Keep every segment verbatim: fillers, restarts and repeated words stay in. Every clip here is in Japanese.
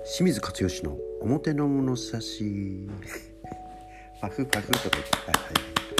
清水勝義の表の物差しパフパフとか言って、はいはい、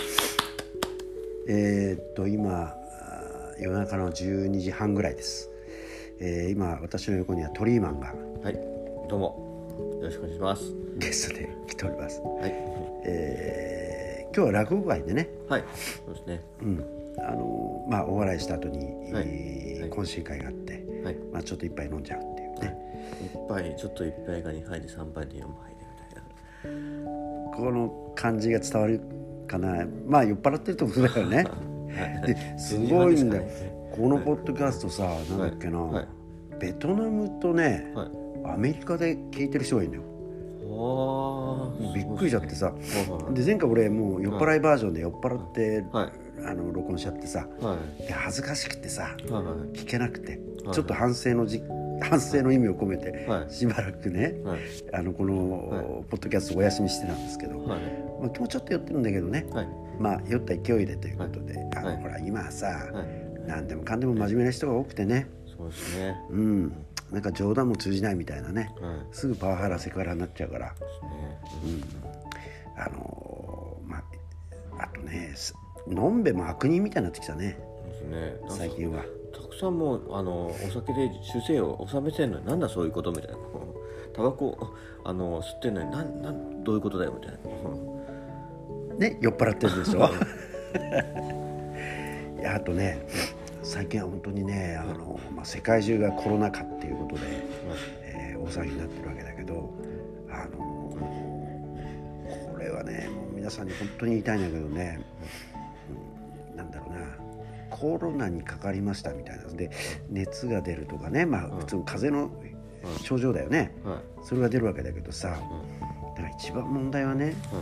えー、っと今夜中のじゅうにじはんぐらいです、えー、今私の横にはトリーマンが、 はい、どうもよろしくお願いします。 ゲストで来ております、 はい、 えー、今日は落語会でね、 はい、そうですね、 うん、あのまあお笑いした後に、はいえー、 懇親会があって、はい、まあ、ちょっと一杯飲んじゃうっていうね、 はい、一杯ちょっと一杯がにはいでさんばいでよんばいでみたいな、 この感じが伝わるかな。まあ酔っ払ってると思うんだよねはい、ですごいんだよ、ね、このポッドキャストさ、はい、なんだっけな、はい、ベトナムとね、はい、アメリカで聞いてる人がいるんだよ。あびっくりしちゃってさ、で前回俺もう酔っ払いバージョンで酔っ払って、はい、あの録音しちゃってさ、はい、で恥ずかしくてさ、はい、聞けなくて、はい、ちょっと反省のじ反省の意味を込めて、はい、しばらくね、はい、あのこの、はい、ポッドキャストお休みしてたんですけど、はい、まあ、今日ちょっと酔ってるんだけどね、はい、まあ酔った勢いでということで、はい、あのほら今はさ、はい、何でもかんでも真面目な人が多くてね、 そうですね、 うん、なんか冗談も通じないみたいなね、はい、すぐパワハラセクハラになっちゃうから、うん、あのー、まああとね、のんべも悪人みたいになってきたね、ね、最近は。 たくさんもうあのお酒で修正を収めてんのになんだそういうことみたいな、タバコあの吸ってんのになんなんどういうことだよみたいなね、酔っ払ってるでしょいや、あとね、最近は本当にね、あの、まあ、世界中がコロナ禍っていうことで、えー、大騒ぎになってるわけだけど、あのこれはね、もう皆さんに本当に言いたいんだけどね、うん、なんだろうな、コロナにかかりましたみたいなで熱が出るとかね、まあ普通の風邪の症状だよね、はい、それが出るわけだけどさ、だから一番問題はね、はい、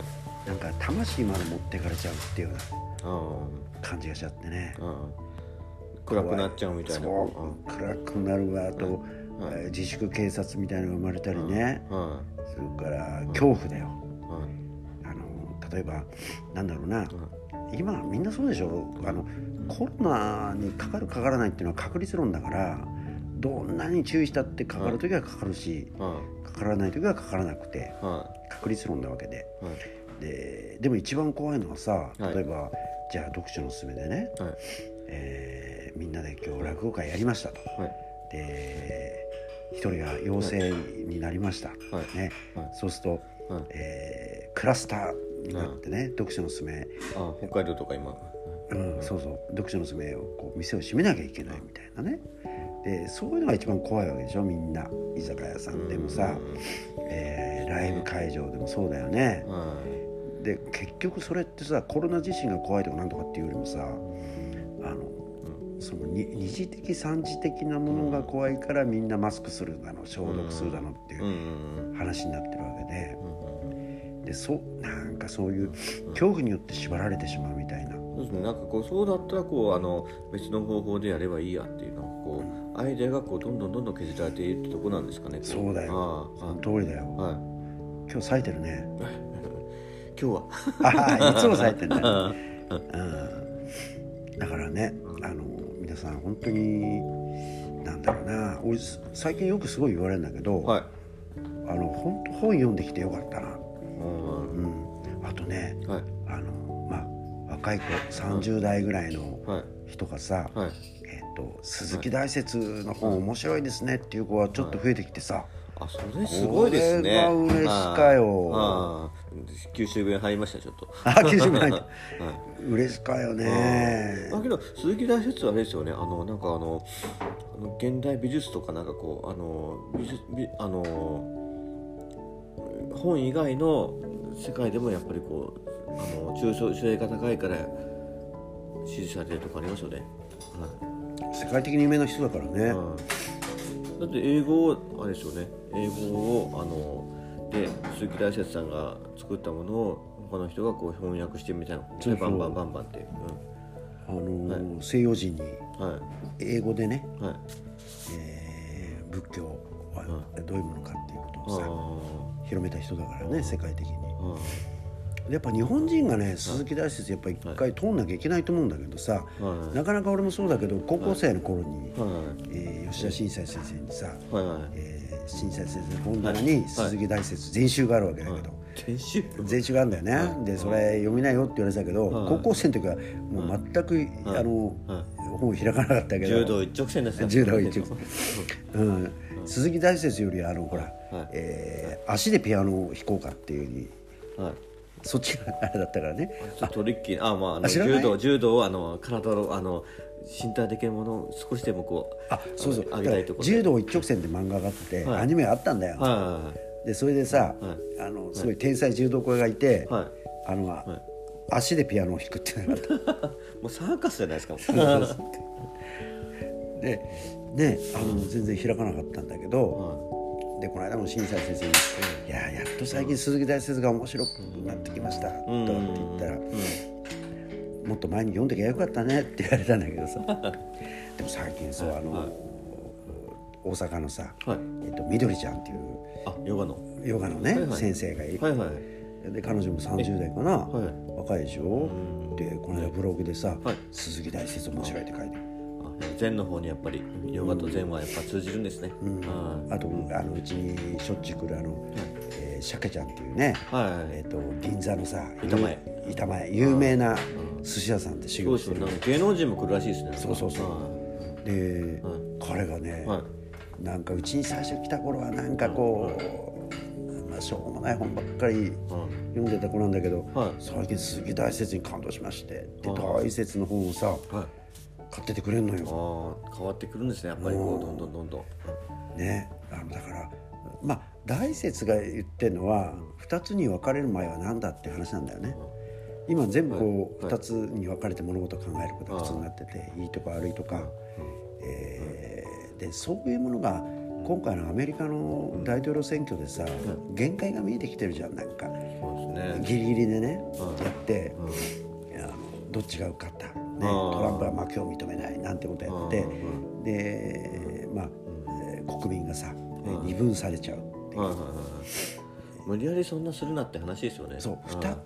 なんか魂まで持ってかれちゃうっていうような感じがしちゃってね、 暗くなっちゃうみたいな、 そう暗くなるわと、はい、自粛警察みたいなのが生まれたりね、はい、それから恐怖だよ、はい、あの例えばなんだろうな、はい、今みんなそうでしょ、あのコロナにかかるかからないっていうのは確率論だから、どんなに注意したってかかるときはかかるし、はい、かからないときはかからなくて、はい、確率論なわけで、はい、で、でも一番怖いのはさ、例えば、はい、じゃあ読書のすすめでね、はい、えー、みんなで今日落語会やりましたと、はい、で一人が陽性になりました、はいねはい、そうすると、はい、えー、クラスターになってね、はい、読書のすすめ、 あ北海道とか今、 うん、そうそう、読書のすすめをこう店を閉めなきゃいけないみたいなね、でそういうのが一番怖いわけでしょ、みんな。居酒屋さんでもさ、えー、ライブ会場でもそうだよね、うん、で結局それってさ、コロナ自身が怖いとかなんとかっていうよりもさ、あの、うん、そのに二次的三次的なものが怖いからみんなマスクするだの消毒するだのっていう話になってるわけで、でそなんかそういう恐怖によって縛られてしまうみたいな、 そうですね、なんかこうそうだったらこうあの別の方法でやればいいやっていうのこう、うん、アイデアがこうどんどんどんどん削られているってとこなんですかね。 そうだよ、あその通りだよ、はい、今日咲いてるね今日はあいつも咲いてるね、うん、だからね、あの皆さん本当になんだろうな、俺最近よくすごい言われるんだけど、はい、あの本当本読んできてよかったな、うんうん、あとね、はい、あのまあ若い子さんじゅう代ぐらいの人がさ、はいはい、えー、と鈴木大拙の本面白いですねっていう子はちょっと増えてきてさ、はい、 あそれすごいですね。 これが嬉しかよ。 ああ九州弁入りましたちょっと。 あ九州弁入った、はい、嬉しかよね。 だけど鈴木大拙はあれですよね、あのなんかあのあの現代美術とかなんかこうあの美術美あの本以外の世界でもやっぱりこうあの抽象性が高いから支持されてるとこありますよね、 はい、世界的に有名な人だからね、うん、 だって英語をあれですよね、英語をあので鈴木大拙さんが作ったものを他の人がこう翻訳してみたいな、そうそうバンバンバンバンって、 うん、あのーはい、西洋人に英語でね、はい、えー、仏教はどういうものかっていうことをさ、はい、広めた人だからね、世界的に。 やっぱ日本人がね鈴木大拙やっぱ一回通んなきゃいけないと思うんだけどさ、はい、なかなか俺もそうだけど高校生の頃に、はいえー、吉田新斎先生にさ、はいえー、新斎先生の本棚に鈴木大拙全集があるわけだけど、はい全集全集があるんだよね、はい、でそれ読みなよって言われてたけど、はい、高校生の時はもう全く、はい、あの、はい、本を開かなかったけど柔道一直線ですね柔道一直線、うん鈴木大拙よりあのほら、はいえー、足でピアノを弾こうかっていうに、はい、そっちがあれだったからねちょっとトリッキーなあ、まあ、あの柔道柔道をあの体のあの身体的なものを少しでもこうあそうそう上げたいところ柔道一直線で漫画があって、はい、アニメがあったんだよ、はいはいはい、でそれでさ、はい、あのすごい天才柔道家がいて、はい、あの、はい、足でピアノを弾くっていうのがあったもうサーカスじゃないですかでねあの全然開かなかったんだけど、でこの間も新斎先生に「いややっと最近鈴木大拙が面白くなってきました」とかって言ったら「もっと前に読んできゃよかったね」って言われたんだけどさでも最近そうあの、はい、大阪のさ、はいえっと、みどりちゃんっていうあヨガのヨガのね、はいはい、先生がいる、はいはい、で彼女もさんじゅう代かな、はい、若いでしょでこの間ブログでさ、はい、鈴木大拙面白いって書いてる禅の方にやっぱりヨガと禅はやっぱ通じるんですね、うんうん、あとあのうちにしょっちゅう来るあの、はいえー、鮭ちゃんっていうね、はいえー、と銀座のさ板前板前有名な寿司屋さんって修行してる、 そうそう芸能人も来るらしいですねそうそうそう、で、はい、彼がね、はい、なんかうちに最初来た頃はなんかこう、はいまあ、しょうもない本ばっかり読んでた子なんだけど、はい、最近鈴木大拙に感動しましてで大拙の本をさ、はい買っててくれんのよ。 あ変わってくるんですねやっぱりこうどんどんどんどんねあのだからまあ大拙が言ってるのはふたつに分かれる前は何だって話なんだよね。今全部こうふたつに分かれて物事を考えることが普通になってていいとか悪いとか、えー、でそういうものが今回のアメリカの大統領選挙でさ限界が見えてきてるじゃんなんかそうです、ね、ギリギリでねやってあのどっちが受かったね、トランプは負けを認めないなんてことやってで、まあ、国民がさ二分されちゃうっていう、 無理やりそんなするなって話ですよね。 そう 2,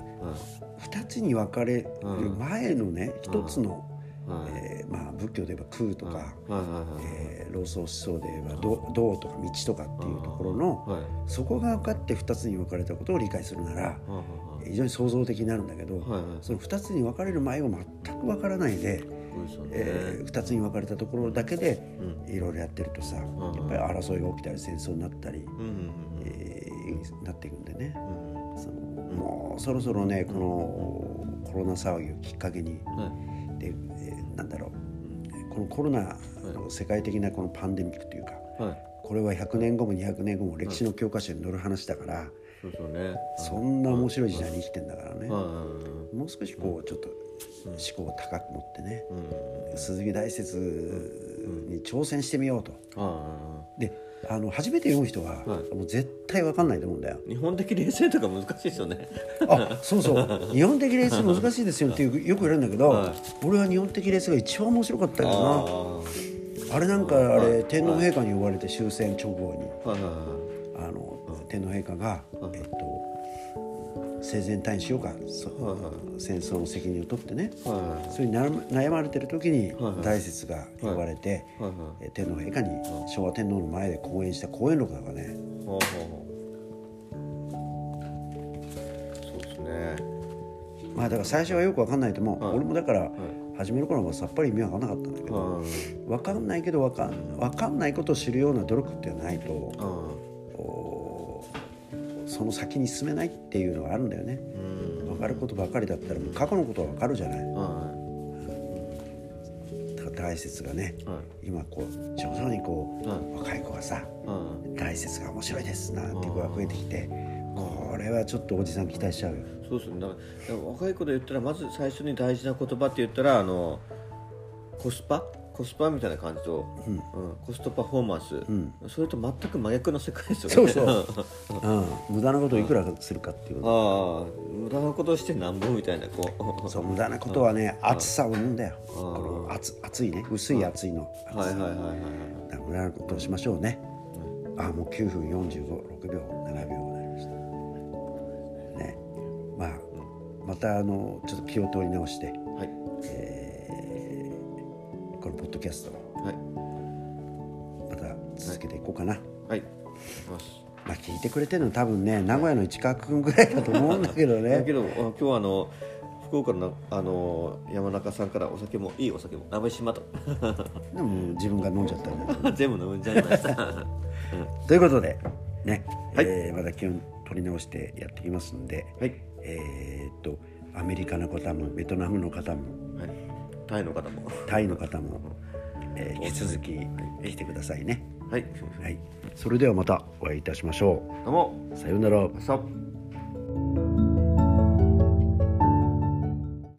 2つに分かれる前のね一つの、えーまあ、仏教で言えば空とか、えー、老荘思想で言えば道とか道とかっていうところのそこが分かってふたつに分かれたことを理解するなら非常に創造的になるんだけど、はいはい、そのふたつに分かれる前を全く分からないで、ねえー、ふたつに分かれたところだけでいろいろやってるとさ、うん、やっぱり争いが起きたり戦争になったり、うんえー、なっていくんでね、うん、そのもうそろそろねこのコロナ騒ぎをきっかけに、うんでえー、なんだろうこのコロナの世界的なこのパンデミックというか、はい、これはひゃくねんごもにひゃくねんごも歴史の教科書に載る話だから、そうそうね、そんな面白い時代に生きてんだからね、もう少しこうちょっと思考を高く持ってね、うん、鈴木大拙に挑戦してみようと、うん、であの初めて読む人は、はい、もう絶対分かんないと思うんだよ。 日本的冷静とか難しいですよね。 あそうそう日本的冷静難しいですよってよく言われるんだけど、はい、俺は日本的冷静が一番面白かったよな。 あ, あれなんかあれ、はい、天皇陛下に呼ばれて終戦直後に、はい、あの天皇陛下が、えっと、生前退院しようか、はいはい、戦争の責任を取ってね、はいはい、それに悩まれてる時に大拙が呼ばれて、はいはい、天皇陛下に昭和天皇の前で講演した講演録だからね、はいはい、そうですね。まあだから最初はよく分かんないと思う、はい、俺もだから、はい初めの頃はさっぱり意味わかんなかったんだけど、分かんないけど分かん、分かんないことを知るような努力ってないと、その先に進めないっていうのがあるんだよね。分かることばかりだったらもう過去のことは分かるじゃない。だから大拙がね、今こう徐々にこう若い子がさ、大拙が面白いですなんて子が増えてきて、これはちょっとおじさん期待しちゃうよ。 そうですね。だから若い子で言ったらまず最初に大事な言葉って言ったらあのコスパコスパみたいな感じと、うんうん、コストパフォーマンス、うん、それと全く真逆の世界ですよね。そうそう、 うん、無駄なことをいくらするかっていうこと、あ無駄なことをしてなんぼみたいなこうそう無駄なことはね熱さを生むんだよ。この熱熱いね薄い熱いのはいはいはいはいはい無駄なことをしましょうね。あもうきゅうふんよんじゅうご、ろくびょう、ななびょうになりましたね。まあまたあのちょっと気を取り直して、 はいえー、このポッドキャストを、 はいまた続けていこうかな。 はい、 まあ、聞いてくれてるの多分ね名古屋の市川君ぐらいだと思うんだけどねだけど今日はあの福岡のあの山中さんからお酒もいいお酒も鍋島とでも自分が飲んじゃったんだ全部飲んじゃいました、うん、 ということでね、 はいえー、また気を取り直してやっていきますんで、 はい、 えー、っとアメリカの方もベトナムの方も、 はい、タイの方もタイの方も、えー、引き続き来てくださいね。 はい、 はい、それではまたお会いいたしましょう。 どうもさようなら。 さよ